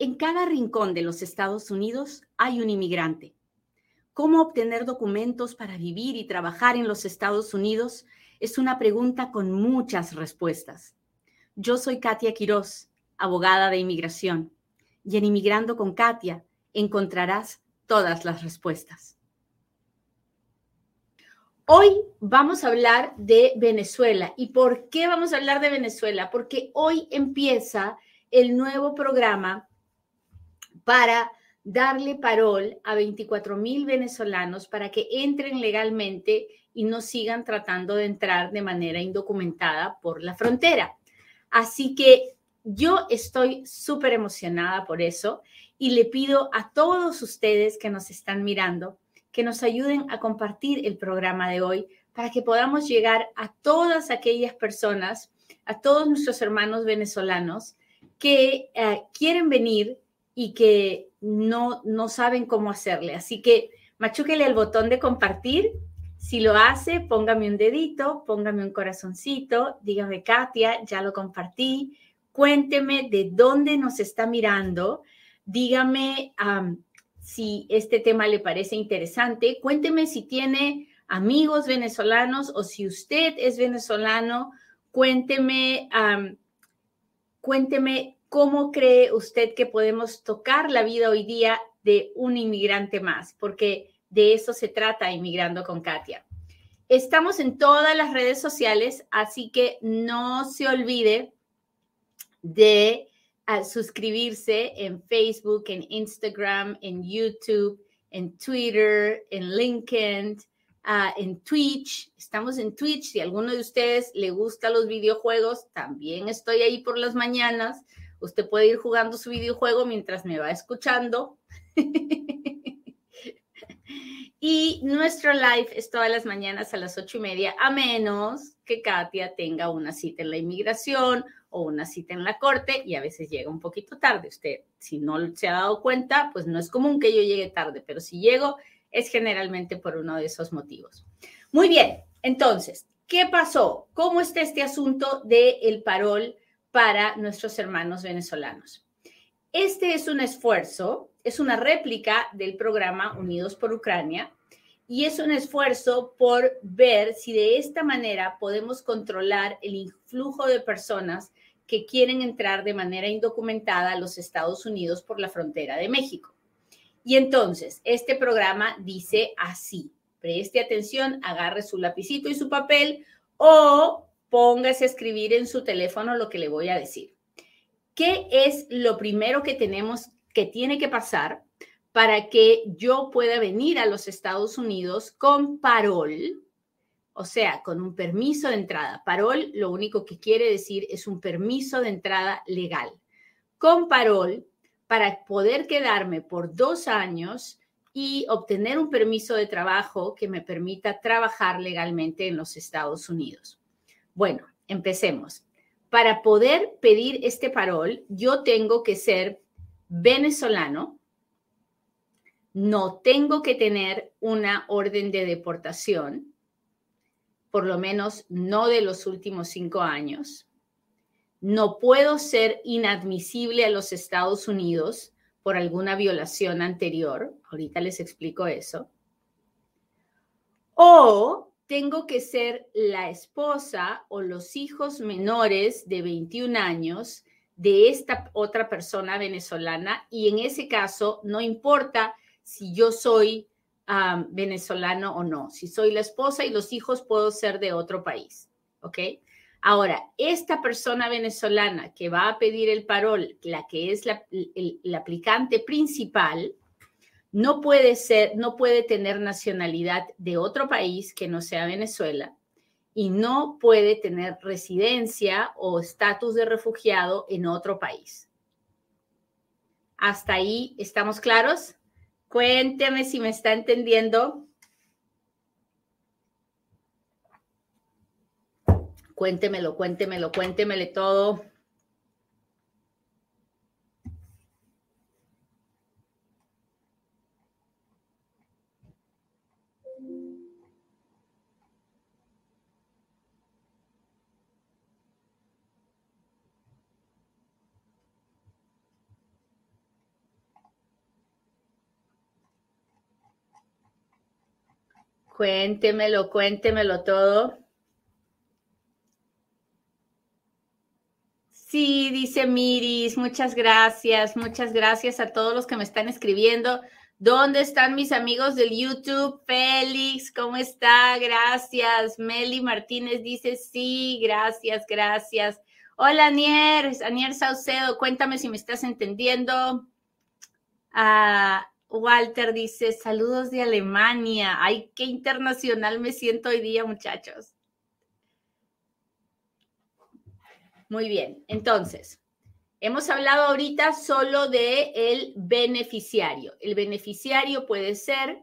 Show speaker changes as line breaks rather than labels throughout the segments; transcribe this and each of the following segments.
En cada rincón de los Estados Unidos hay un inmigrante. ¿Cómo obtener documentos para vivir y trabajar en los Estados Unidos? Es una pregunta con muchas respuestas. Yo soy Katia Quiroz, abogada de inmigración, y en Inmigrando con Katia encontrarás todas las respuestas. Hoy vamos a hablar de Venezuela. ¿Y por qué vamos a hablar de Venezuela? Porque hoy empieza el nuevo programa para darle parol a 24,000 venezolanos para que entren legalmente y no sigan tratando de entrar de manera indocumentada por la frontera. Así que yo estoy súper emocionada por eso y le pido a todos ustedes que nos están mirando que nos ayuden a compartir el programa de hoy para que podamos llegar a todas aquellas personas, a todos nuestros hermanos venezolanos que quieren venir y que no saben cómo hacerle. Así que machúquele el botón de compartir. Si lo hace, póngame un dedito, póngame un corazoncito, dígame, Katia, ya lo compartí. Cuénteme de dónde nos está mirando. Dígame si este tema le parece interesante. Cuénteme si tiene amigos venezolanos o si usted es venezolano. Cuénteme cómo cree usted que podemos tocar la vida hoy día de un inmigrante más, porque de eso se trata Inmigrando con Katia. Estamos en todas las redes sociales, así que no se olvide de suscribirse en Facebook, en Instagram, en YouTube, en Twitter, en LinkedIn, en Twitch. Estamos en Twitch. Si a alguno de ustedes le gustan los videojuegos, también estoy ahí por las mañanas. Usted puede ir jugando su videojuego mientras me va escuchando. Y nuestro live es todas las mañanas a las 8:30, a menos que Katia tenga una cita en la inmigración o una cita en la corte, y a veces llega un poquito tarde. Usted, si no se ha dado cuenta, pues no es común que yo llegue tarde, pero si llego es generalmente por uno de esos motivos. Muy bien, entonces, ¿qué pasó? ¿Cómo está este asunto del parol para nuestros hermanos venezolanos? Este es un esfuerzo, es una réplica del programa Unidos por Ucrania y es un esfuerzo por ver si de esta manera podemos controlar el influjo de personas que quieren entrar de manera indocumentada a los Estados Unidos por la frontera de México. Y entonces, este programa dice así: preste atención, agarre su lapicito y su papel o póngase a escribir en su teléfono lo que le voy a decir. ¿Qué es lo primero que tiene que pasar para que yo pueda venir a los Estados Unidos con parol? O sea, con un permiso de entrada. Parol lo único que quiere decir es un permiso de entrada legal. Con parol, para poder quedarme por 2 años y obtener un permiso de trabajo que me permita trabajar legalmente en los Estados Unidos. Bueno, empecemos. Para poder pedir este parol, yo tengo que ser venezolano, no tengo que tener una orden de deportación, por lo menos no de los últimos 5 años. No puedo ser inadmisible a los Estados Unidos por alguna violación anterior. Ahorita les explico eso. O tengo que ser la esposa o los hijos menores de 21 años de esta otra persona venezolana, y en ese caso no importa si yo soy venezolano o no. Si soy la esposa y los hijos, puedo ser de otro país, ¿ok? Ahora, esta persona venezolana que va a pedir el parol, la que es la aplicante principal, no puede tener nacionalidad de otro país que no sea Venezuela y no puede tener residencia o estatus de refugiado en otro país. ¿Hasta ahí estamos claros? Cuénteme si me está entendiendo. Cuéntemelo todo. Cuéntemelo, cuéntemelo todo. Sí, dice Miris, muchas gracias a todos los que me están escribiendo. ¿Dónde están mis amigos del YouTube? Félix, ¿cómo está? Gracias. Meli Martínez dice sí, gracias. Hola, Anier Saucedo, cuéntame si me estás entendiendo. Walter dice, saludos de Alemania. Ay, qué internacional me siento hoy día, muchachos. Muy bien, entonces, hemos hablado ahorita solo de el beneficiario. El beneficiario puede ser,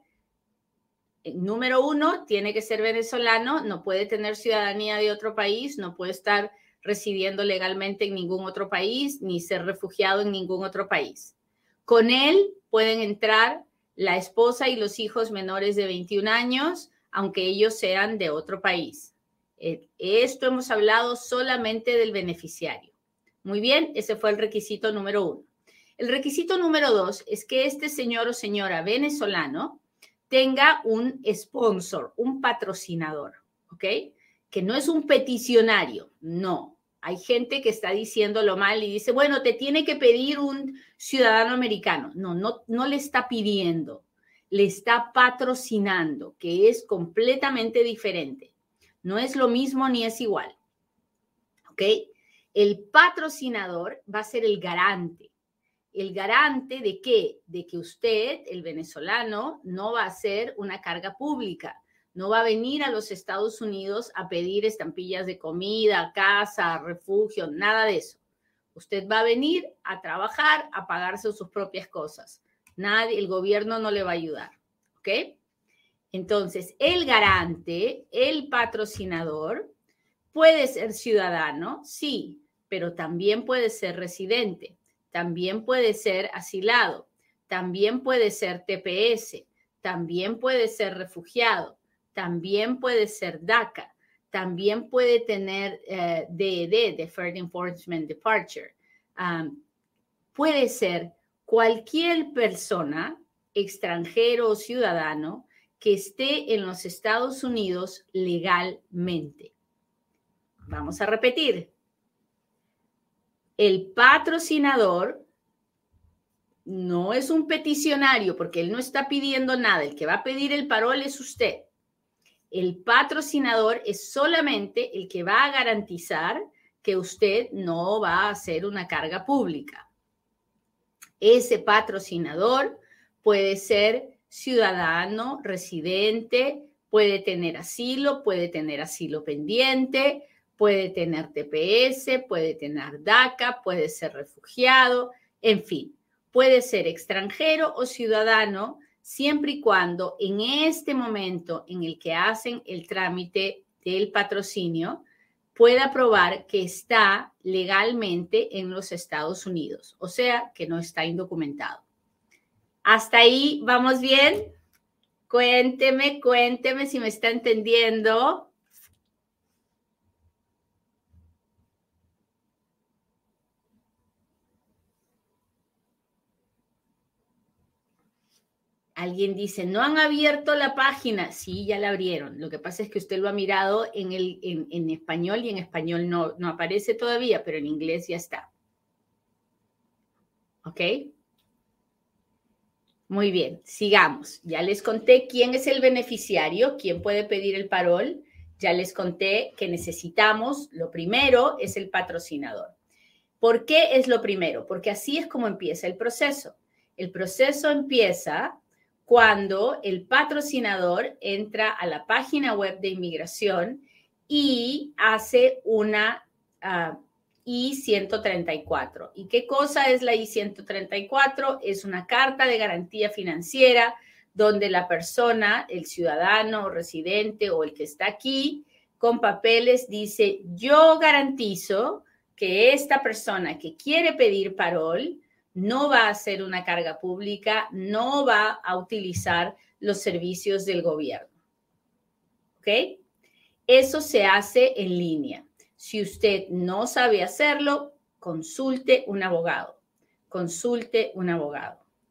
número uno, tiene que ser venezolano, no puede tener ciudadanía de otro país, no puede estar residiendo legalmente en ningún otro país, ni ser refugiado en ningún otro país. Con él pueden entrar la esposa y los hijos menores de 21 años, aunque ellos sean de otro país. Esto hemos hablado solamente del beneficiario. Muy bien, ese fue el requisito número uno. El requisito número dos es que este señor o señora venezolano tenga un sponsor, un patrocinador, ¿ok? Que no es un peticionario, no. Hay gente que está diciéndolo mal y dice, bueno, te tiene que pedir un ciudadano americano. No le está pidiendo, le está patrocinando, que es completamente diferente. No es lo mismo ni es igual, ¿ok? El patrocinador va a ser el garante. ¿El garante de qué? De que usted, el venezolano, no va a ser una carga pública. No va a venir a los Estados Unidos a pedir estampillas de comida, casa, refugio, nada de eso. Usted va a venir a trabajar, a pagarse sus propias cosas. El gobierno no le va a ayudar, ¿ok? Entonces, el garante, el patrocinador, puede ser ciudadano, sí, pero también puede ser residente, también puede ser asilado, también puede ser TPS, también puede ser refugiado, también puede ser DACA, también puede tener DED, Deferred Enforcement Departure. Puede ser cualquier persona, extranjero o ciudadano, que esté en los Estados Unidos legalmente. Vamos a repetir. El patrocinador no es un peticionario porque él no está pidiendo nada. El que va a pedir el parol es usted. El patrocinador es solamente el que va a garantizar que usted no va a ser una carga pública. Ese patrocinador puede ser ciudadano, residente, puede tener asilo pendiente, puede tener TPS, puede tener DACA, puede ser refugiado, en fin, puede ser extranjero o ciudadano, siempre y cuando en este momento en el que hacen el trámite del patrocinio, pueda probar que está legalmente en los Estados Unidos, o sea, que no está indocumentado. ¿Hasta ahí vamos bien? Cuénteme si me está entendiendo. Alguien dice, no han abierto la página. Sí, ya la abrieron. Lo que pasa es que usted lo ha mirado en español y en español no aparece todavía, pero en inglés ya está. ¿Ok? Muy bien, sigamos. Ya les conté quién es el beneficiario, quién puede pedir el parol. Ya les conté que necesitamos, lo primero es el patrocinador. ¿Por qué es lo primero? Porque así es como empieza el proceso. El proceso empieza cuando el patrocinador entra a la página web de inmigración y hace una I-134. ¿Y qué cosa es la I-134? Es una carta de garantía financiera donde la persona, el ciudadano, residente o el que está aquí con papeles dice, yo garantizo que esta persona que quiere pedir parol no va a ser una carga pública, no va a utilizar los servicios del gobierno. ¿Ok? Eso se hace en línea. Si usted no sabe hacerlo, consulte un abogado. Consulte un abogado.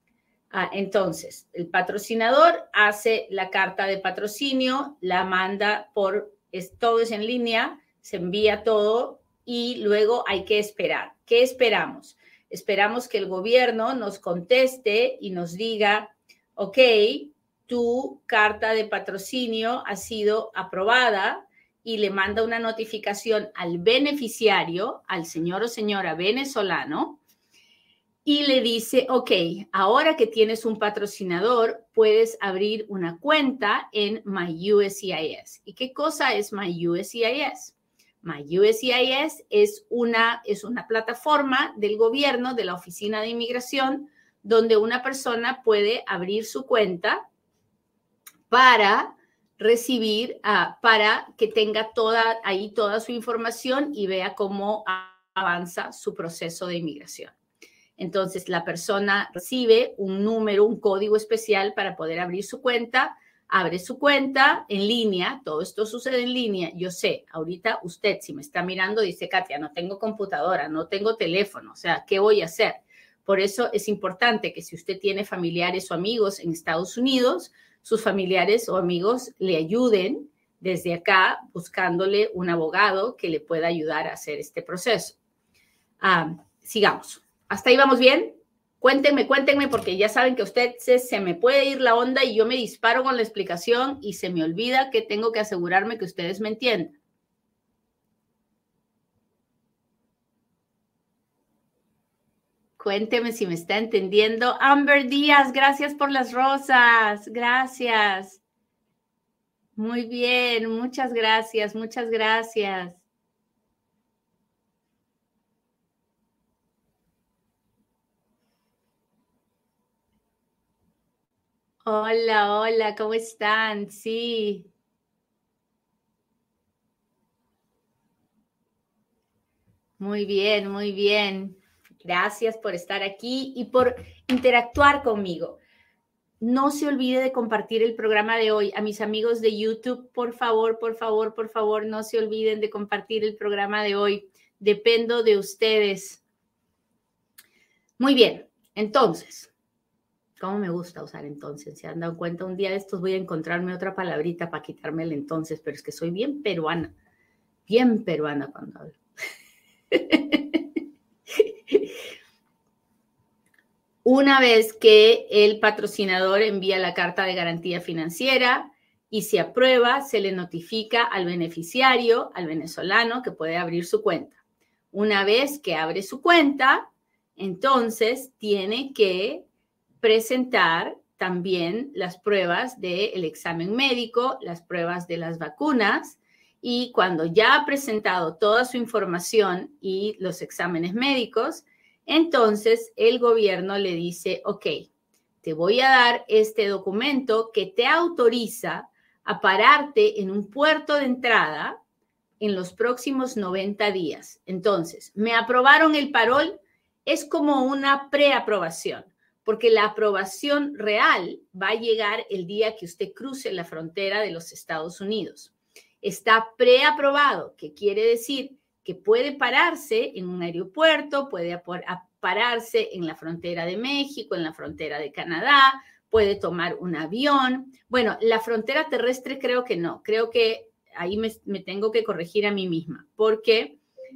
Entonces, el patrocinador hace la carta de patrocinio, la manda todo es en línea, se envía todo y luego hay que esperar. ¿Qué esperamos? Esperamos que el gobierno nos conteste y nos diga, ok, tu carta de patrocinio ha sido aprobada, y le manda una notificación al beneficiario, al señor o señora venezolano, y le dice, ok, ahora que tienes un patrocinador, puedes abrir una cuenta en MyUSCIS. ¿Y qué cosa es MyUSCIS? MyUSCIS es una plataforma del gobierno, de la Oficina de Inmigración, donde una persona puede abrir su cuenta para recibir, para que tenga toda su información y vea cómo avanza su proceso de inmigración. Entonces, la persona recibe un número, un código especial para poder abrir su cuenta, abre su cuenta en línea, todo esto sucede en línea. Yo sé, ahorita usted, si me está mirando, dice, Katia, no tengo computadora, no tengo teléfono, o sea, ¿qué voy a hacer? Por eso es importante que si usted tiene familiares o amigos en Estados Unidos, sus familiares o amigos le ayuden desde acá buscándole un abogado que le pueda ayudar a hacer este proceso. Sigamos. ¿Hasta ahí vamos bien? Cuéntenme, porque ya saben que a usted se me puede ir la onda y yo me disparo con la explicación y se me olvida que tengo que asegurarme que ustedes me entiendan. Cuénteme si me está entendiendo. Amber Díaz, gracias por las rosas. Gracias. Muy bien, muchas gracias, muchas gracias. Hola, hola, ¿cómo están? Sí. Muy bien, muy bien. Gracias por estar aquí y por interactuar conmigo. No se olvide de compartir el programa de hoy. A mis amigos de YouTube, por favor, por favor, por favor, no se olviden de compartir el programa de hoy. Dependo de ustedes. Muy bien, entonces, ¿cómo me gusta usar entonces? ¿Se han dado cuenta? Un día de estos voy a encontrarme otra palabrita para quitarme el entonces, pero es que soy bien peruana cuando hablo. Una vez que el patrocinador envía la carta de garantía financiera y se aprueba, se le notifica al beneficiario, al venezolano, que puede abrir su cuenta. Una vez que abre su cuenta, entonces tiene que presentar también las pruebas del examen médico, las pruebas de las vacunas, y cuando ya ha presentado toda su información y los exámenes médicos, entonces el gobierno le dice, ok, te voy a dar este documento que te autoriza a pararte en un puerto de entrada en los próximos 90 días. Entonces, me aprobaron el parol, es como una preaprobación, porque la aprobación real va a llegar el día que usted cruce la frontera de los Estados Unidos. Está preaprobado, que quiere decir que puede pararse en un aeropuerto, puede pararse en la frontera de México, en la frontera de Canadá, puede tomar un avión. Bueno, la frontera terrestre creo que no, creo que ahí me tengo que corregir a mí misma, porque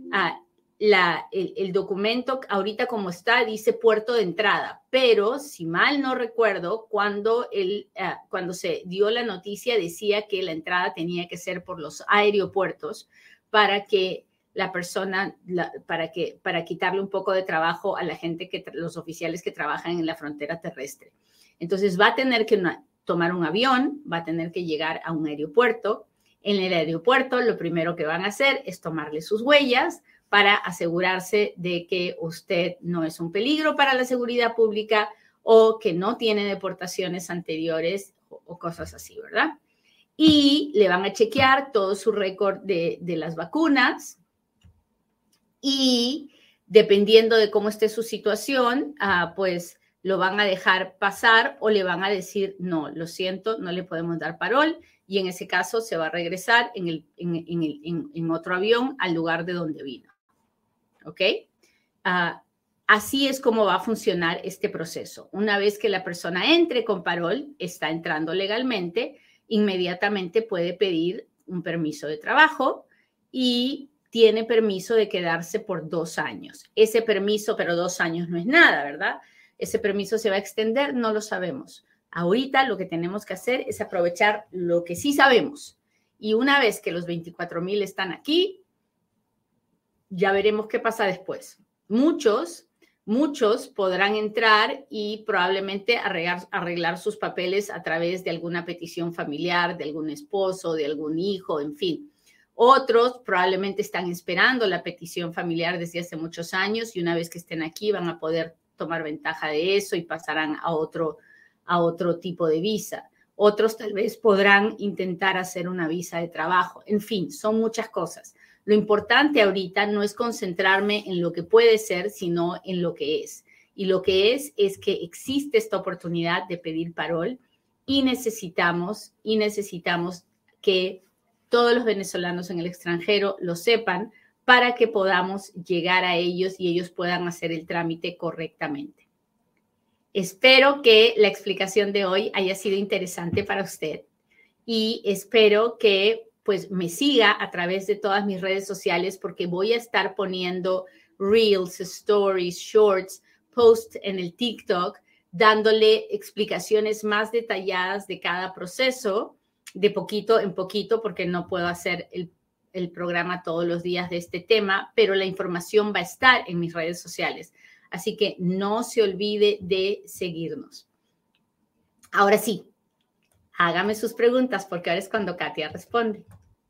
el documento ahorita como está dice puerto de entrada, pero si mal no recuerdo, cuando se dio la noticia decía que la entrada tenía que ser por los aeropuertos para que la persona, para quitarle un poco de trabajo a la gente, los oficiales que trabajan en la frontera terrestre. Entonces va a tener que tomar un avión, va a tener que llegar a un aeropuerto. En el aeropuerto lo primero que van a hacer es tomarle sus huellas para asegurarse de que usted no es un peligro para la seguridad pública o que no tiene deportaciones anteriores o cosas así, ¿verdad? Y le van a chequear todo su récord de las vacunas y dependiendo de cómo esté su situación, pues lo van a dejar pasar o le van a decir, no, lo siento, no le podemos dar parol, y en ese caso se va a regresar en otro avión al lugar de donde vino. ¿Ok? así es como va a funcionar este proceso. Una vez que la persona entre con parol, está entrando legalmente, inmediatamente puede pedir un permiso de trabajo y tiene permiso de quedarse por 2 años. Ese permiso, pero 2 años no es nada, ¿verdad? Ese permiso se va a extender, no lo sabemos. Ahorita lo que tenemos que hacer es aprovechar lo que sí sabemos. Y una vez que los 24,000 están aquí, ya veremos qué pasa después. Muchos podrán entrar y probablemente arreglar sus papeles a través de alguna petición familiar, de algún esposo, de algún hijo, en fin. Otros probablemente están esperando la petición familiar desde hace muchos años y una vez que estén aquí van a poder tomar ventaja de eso y pasarán a otro tipo de visa. Otros tal vez podrán intentar hacer una visa de trabajo. En fin, son muchas cosas. Lo importante ahorita no es concentrarme en lo que puede ser, sino en lo que es. Y lo que es que existe esta oportunidad de pedir parol y necesitamos que todos los venezolanos en el extranjero lo sepan para que podamos llegar a ellos y ellos puedan hacer el trámite correctamente. Espero que la explicación de hoy haya sido interesante para usted y espero que pues me siga a través de todas mis redes sociales porque voy a estar poniendo reels, stories, shorts, posts en el TikTok, dándole explicaciones más detalladas de cada proceso, de poquito en poquito, porque no puedo hacer el programa todos los días de este tema, pero la información va a estar en mis redes sociales. Así que no se olvide de seguirnos. Ahora sí, hágame sus preguntas porque ahora es cuando Katia responde.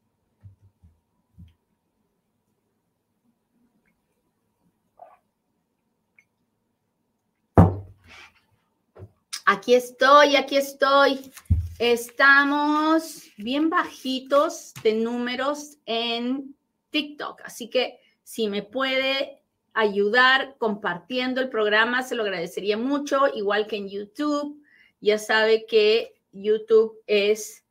Aquí estoy. Estamos bien bajitos de números en TikTok, así que si me puede ayudar compartiendo el programa, se lo agradecería mucho, igual que en YouTube. Ya sabe que YouTube es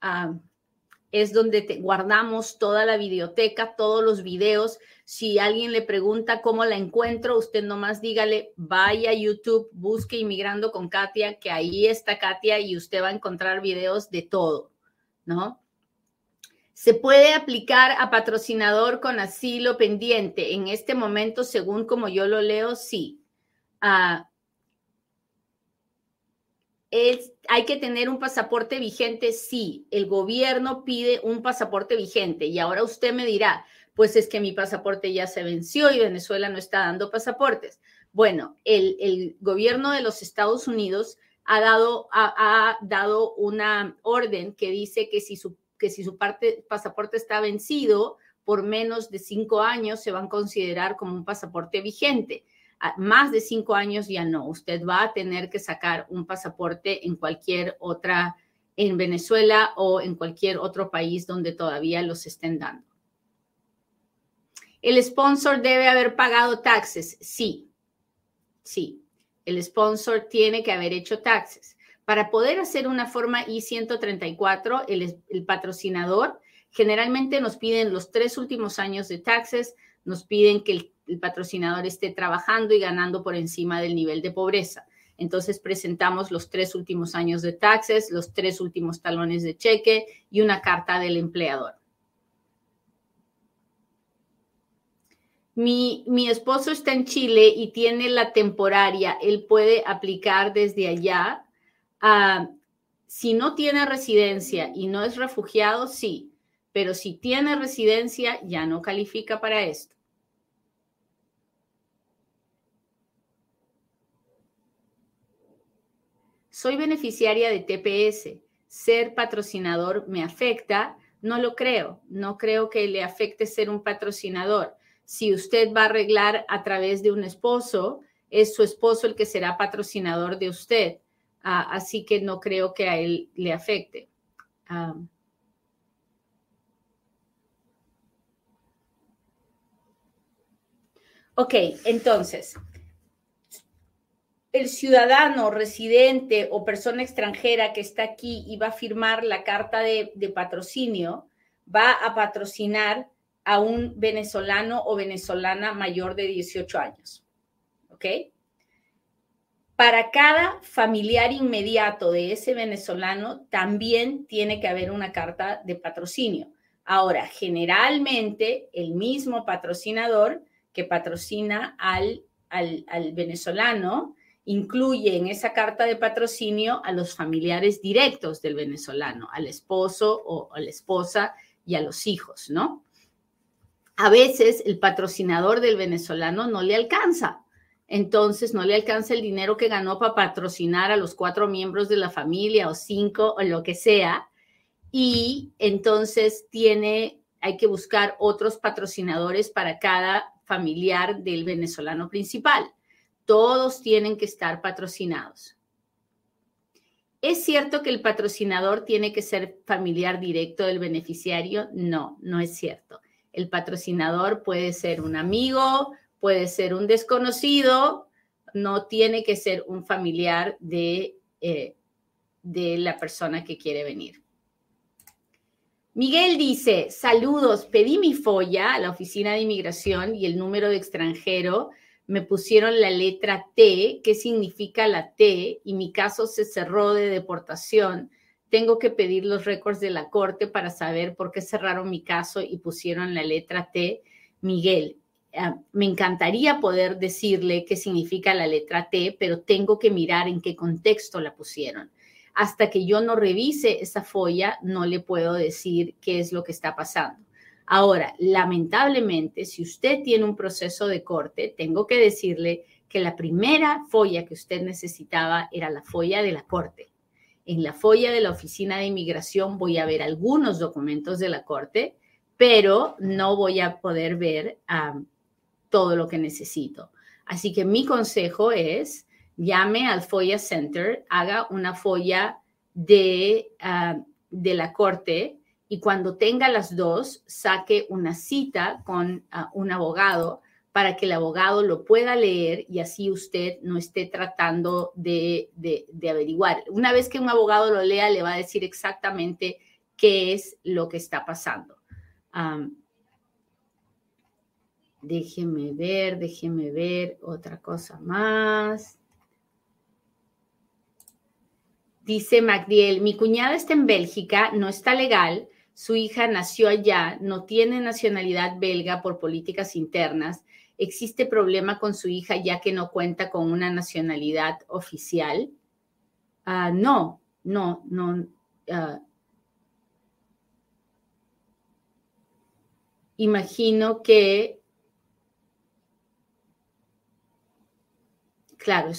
donde guardamos toda la videoteca, todos los videos. Si alguien le pregunta cómo la encuentro, usted nomás dígale, vaya a YouTube, busque Inmigrando con Katia, que ahí está Katia y usted va a encontrar videos de todo, ¿no? ¿Se puede aplicar a patrocinador con asilo pendiente? En este momento, según como yo lo leo, sí. Hay que tener un pasaporte vigente, sí. El gobierno pide un pasaporte vigente y ahora usted me dirá, pues es que mi pasaporte ya se venció y Venezuela no está dando pasaportes. Bueno, el gobierno de los Estados Unidos ha dado una orden que dice que si su pasaporte está vencido por menos de 5 años, se van a considerar como un pasaporte vigente. Más de 5 años ya no. Usted va a tener que sacar un pasaporte en Venezuela o en cualquier otro país donde todavía los estén dando. ¿El sponsor debe haber pagado taxes? Sí. El sponsor tiene que haber hecho taxes. Para poder hacer una forma I-134, el patrocinador generalmente nos piden los 3 últimos años de taxes, nos piden que el patrocinador esté trabajando y ganando por encima del nivel de pobreza. Entonces presentamos los 3 últimos años de taxes, los 3 últimos talones de cheque y una carta del empleador. Mi esposo está en Chile y tiene la temporaria. Él puede aplicar desde allá. Si no tiene residencia y no es refugiado, sí. Pero si tiene residencia, ya no califica para esto. Soy beneficiaria de TPS. ¿Ser patrocinador me afecta? No lo creo. No creo que le afecte ser un patrocinador. Si usted va a arreglar a través de un esposo, es su esposo el que será patrocinador de usted. Así que no creo que a él le afecte. Ok, entonces, el ciudadano residente o persona extranjera que está aquí y va a firmar la carta de patrocinio, va a patrocinar a un venezolano o venezolana mayor de 18 años. ¿ok? Para cada familiar inmediato de ese venezolano también tiene que haber una carta de patrocinio. Ahora, generalmente el mismo patrocinador que patrocina al venezolano incluye en esa carta de patrocinio a los familiares directos del venezolano, al esposo o a la esposa y a los hijos, ¿no? A veces el patrocinador del venezolano no le alcanza. Entonces no le alcanza el dinero que ganó para patrocinar a los 4 miembros de la familia o 5 o lo que sea. Y entonces hay que buscar otros patrocinadores para cada familiar del venezolano principal. Todos tienen que estar patrocinados. ¿Es cierto que el patrocinador tiene que ser familiar directo del beneficiario? No, no es cierto. El patrocinador puede ser un amigo, puede ser un desconocido, no tiene que ser un familiar de la persona que quiere venir. Miguel dice, saludos, pedí mi folla a la oficina de inmigración y el número de extranjero me pusieron la letra T. ¿Qué significa la T? Y mi caso se cerró de deportación. Tengo que pedir los récords de la corte para saber por qué cerraron mi caso y pusieron la letra T. Miguel, me encantaría poder decirle qué significa la letra T, pero tengo que mirar en qué contexto la pusieron. Hasta que yo no revise esa folla, no le puedo decir qué es lo que está pasando. Ahora, lamentablemente, si usted tiene un proceso de corte, tengo que decirle que la primera folla que usted necesitaba era la folla de la corte. En la folla de la oficina de inmigración voy a ver algunos documentos de la corte, pero no voy a poder ver todo lo que necesito. Así que mi consejo es, llame al FOIA Center, haga una folla de la corte y cuando tenga las dos, saque una cita con un abogado para que el abogado lo pueda leer y así usted no esté tratando de averiguar. Una vez que un abogado lo lea, le va a decir exactamente qué es lo que está pasando. Déjeme ver otra cosa más. Dice Magdiel, mi cuñada está en Bélgica, no está legal, su hija nació allá, no tiene nacionalidad belga por políticas internas. ¿Existe problema con su hija ya que no cuenta con una nacionalidad oficial? No. Imagino que, claro,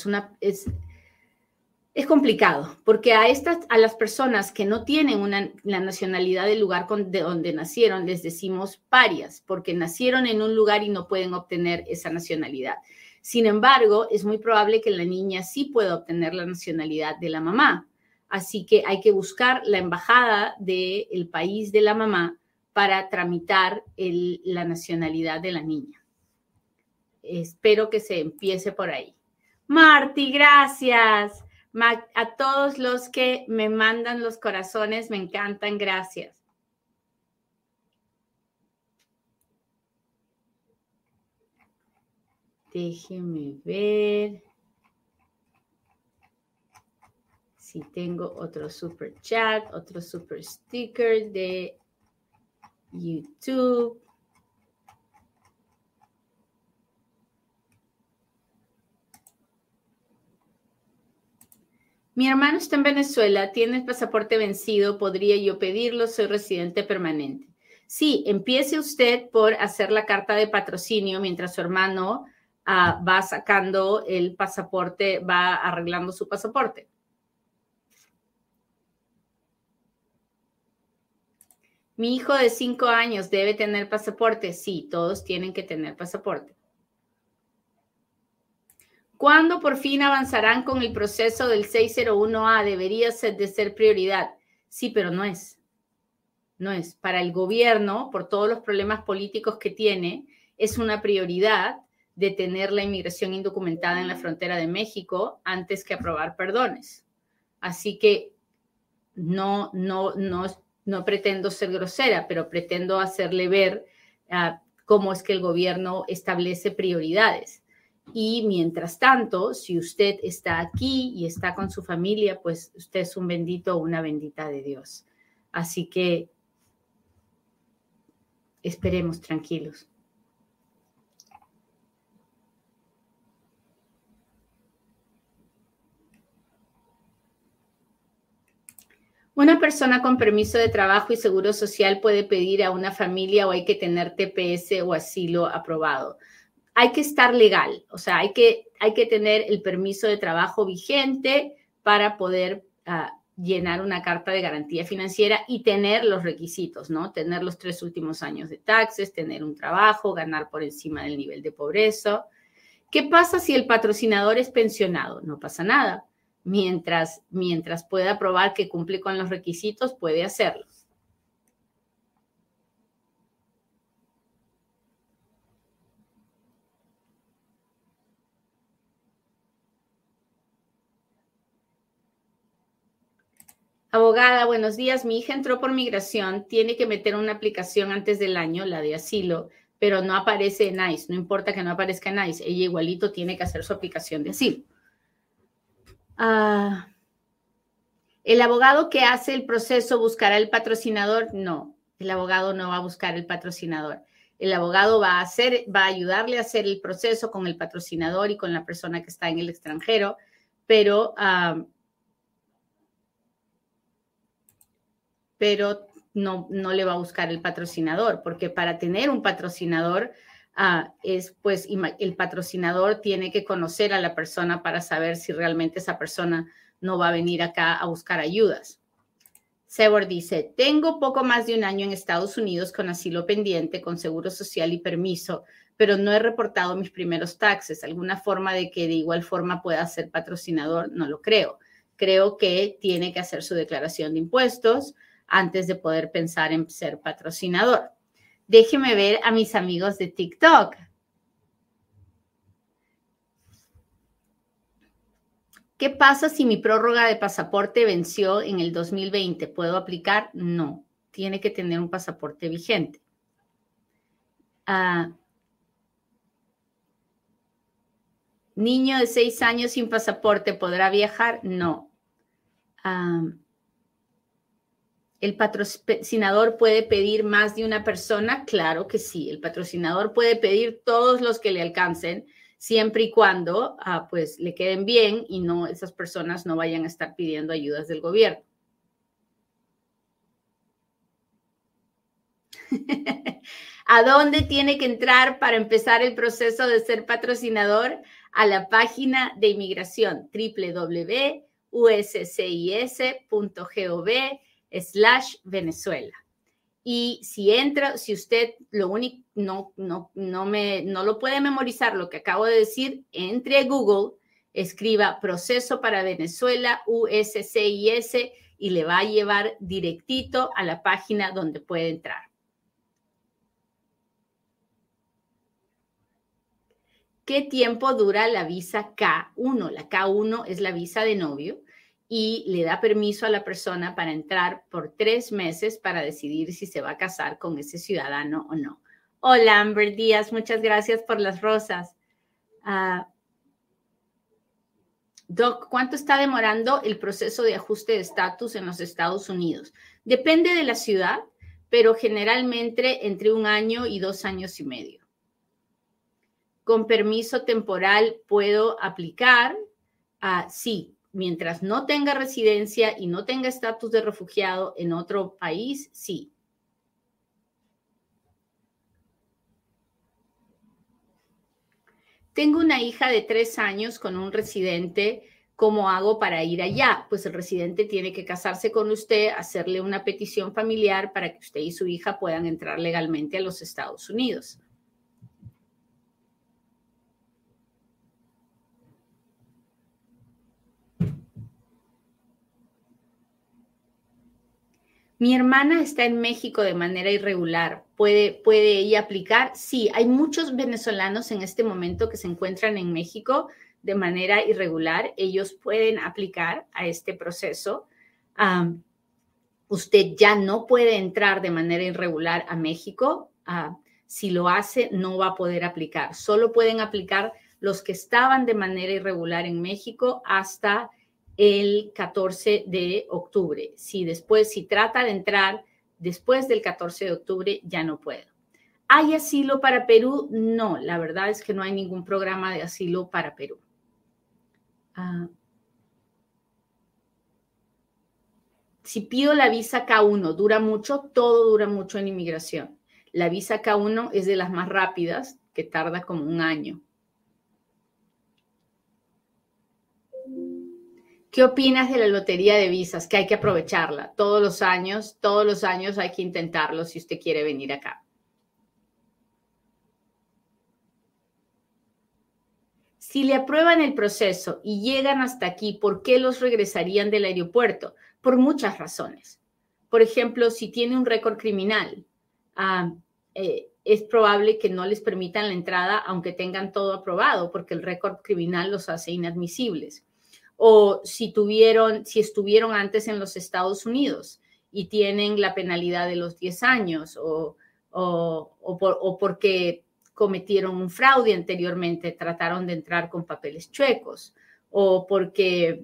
es complicado, porque a las personas que no tienen la nacionalidad del lugar de donde nacieron, les decimos parias, porque nacieron en un lugar y no pueden obtener esa nacionalidad. Sin embargo, es muy probable que la niña sí pueda obtener la nacionalidad de la mamá. Así que hay que buscar la embajada del país de la mamá para tramitar la nacionalidad de la niña. Espero que se empiece por ahí. Marty, gracias. A todos los que me mandan los corazones, me encantan, gracias. Déjenme ver si tengo otro super chat, otro super sticker de YouTube. Mi hermano está en Venezuela, tiene el pasaporte vencido, ¿podría yo pedirlo? Soy residente permanente. Sí, empiece usted por hacer la carta de patrocinio mientras su hermano va sacando el pasaporte, va arreglando su pasaporte. Mi hijo de 5 años debe tener pasaporte. Sí, todos tienen que tener pasaporte. ¿Cuándo por fin avanzarán con el proceso del 601A? Debería de ser prioridad. Sí, pero no es. No es. Para el gobierno, por todos los problemas políticos que tiene, es una prioridad de tener la inmigración indocumentada en la frontera de México antes que aprobar perdones. Así que no pretendo ser grosera, pero pretendo hacerle ver cómo es que el gobierno establece prioridades. Y mientras tanto, si usted está aquí y está con su familia, pues usted es un bendito o una bendita de Dios. Así que esperemos tranquilos. ¿Una persona con permiso de trabajo y seguro social puede pedir a una familia o hay que tener TPS o asilo aprobado? Hay que estar legal, o sea, hay que tener el permiso de trabajo vigente para poder llenar una carta de garantía financiera y tener los requisitos, ¿no? Tener los 3 últimos años de taxes, tener un trabajo, ganar por encima del nivel de pobreza. ¿Qué pasa si el patrocinador es pensionado? No pasa nada. Mientras pueda probar que cumple con los requisitos, puede hacerlo. Abogada, buenos días. Mi hija entró por migración, tiene que meter una aplicación antes del año, la de asilo, pero no aparece en ICE. No importa que no aparezca en ICE, ella igualito tiene que hacer su aplicación de asilo. ¿El abogado que hace el proceso buscará el patrocinador? No, el abogado no va a buscar el patrocinador. El abogado va a ayudarle a hacer el proceso con el patrocinador y con la persona que está en el extranjero, pero no le va a buscar el patrocinador, porque para tener un patrocinador pues el patrocinador tiene que conocer a la persona para saber si realmente esa persona no va a venir acá a buscar ayudas. Sebor dice, tengo poco más de un año en Estados Unidos con asilo pendiente, con seguro social y permiso, pero no he reportado mis primeros taxes. ¿Alguna forma de que de igual forma pueda ser patrocinador? No lo creo. Creo que tiene que hacer su declaración de impuestos antes de poder pensar en ser patrocinador. Déjeme ver a mis amigos de TikTok. ¿Qué pasa si mi prórroga de pasaporte venció en el 2020? ¿Puedo aplicar? No, tiene que tener un pasaporte vigente. ¿Niño de 6 años sin pasaporte podrá viajar? No. ¿El patrocinador puede pedir más de una persona? Claro que sí. El patrocinador puede pedir todos los que le alcancen, siempre y cuando pues le queden bien y no esas personas no vayan a estar pidiendo ayudas del gobierno. ¿A dónde tiene que entrar para empezar el proceso de ser patrocinador? A la página de inmigración www.uscis.gov/Venezuela. Y si usted lo único no lo puede memorizar lo que acabo de decir, entre a Google, escriba proceso para Venezuela USCIS y le va a llevar directito a la página donde puede entrar. ¿Qué tiempo dura la visa K1? La K1 es la visa de novio y le da permiso a la persona para entrar por 3 meses para decidir si se va a casar con ese ciudadano o no. Hola, Amber Díaz, muchas gracias por las rosas. Doc, ¿cuánto está demorando el proceso de ajuste de estatus en los Estados Unidos? Depende de la ciudad, pero generalmente entre 1 año y 2 años y medio. Con permiso temporal puedo aplicar, sí, mientras no tenga residencia y no tenga estatus de refugiado en otro país, sí. Tengo una hija de 3 años con un residente. ¿Cómo hago para ir allá? Pues el residente tiene que casarse con usted, hacerle una petición familiar para que usted y su hija puedan entrar legalmente a los Estados Unidos. Mi hermana está en México de manera irregular. ¿Puede ella aplicar? Sí, hay muchos venezolanos en este momento que se encuentran en México de manera irregular. Ellos pueden aplicar a este proceso. Usted ya no puede entrar de manera irregular a México. Si lo hace, no va a poder aplicar. Solo pueden aplicar los que estaban de manera irregular en México hasta el 14 de octubre. Si trata de entrar después del 14 de octubre, ya no puedo. ¿Hay asilo para Perú? No, la verdad es que no hay ningún programa de asilo para Perú. Si pido la visa K1, ¿dura mucho? Todo dura mucho en inmigración. La visa K1 es de las más rápidas, que tarda como un año. ¿Qué opinas de la lotería de visas? Que hay que aprovecharla todos los años hay que intentarlo si usted quiere venir acá. Si le aprueban el proceso y llegan hasta aquí, ¿por qué los regresarían del aeropuerto? Por muchas razones. Por ejemplo, si tiene un récord criminal, es probable que no les permitan la entrada aunque tengan todo aprobado, porque el récord criminal los hace inadmisibles. O si estuvieron antes en los Estados Unidos y tienen la penalidad de los 10 años, o porque cometieron un fraude anteriormente, trataron de entrar con papeles chuecos, o porque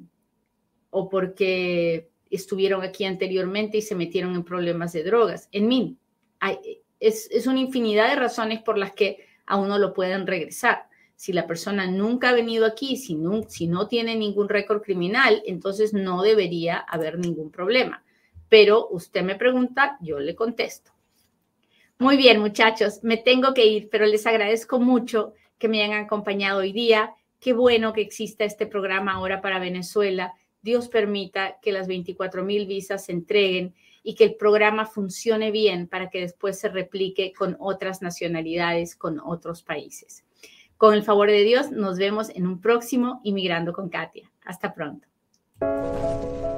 estuvieron aquí anteriormente y se metieron en problemas de drogas. En fin, es una infinidad de razones por las que a uno lo pueden regresar. Si la persona nunca ha venido aquí, si no tiene ningún récord criminal, entonces no debería haber ningún problema. Pero usted me pregunta, yo le contesto. Muy bien, muchachos, me tengo que ir, pero les agradezco mucho que me hayan acompañado hoy día. Qué bueno que exista este programa ahora para Venezuela. Dios permita que las 24,000 visas se entreguen y que el programa funcione bien para que después se replique con otras nacionalidades, con otros países. Con el favor de Dios, nos vemos en un próximo Inmigrando con Katia. Hasta pronto.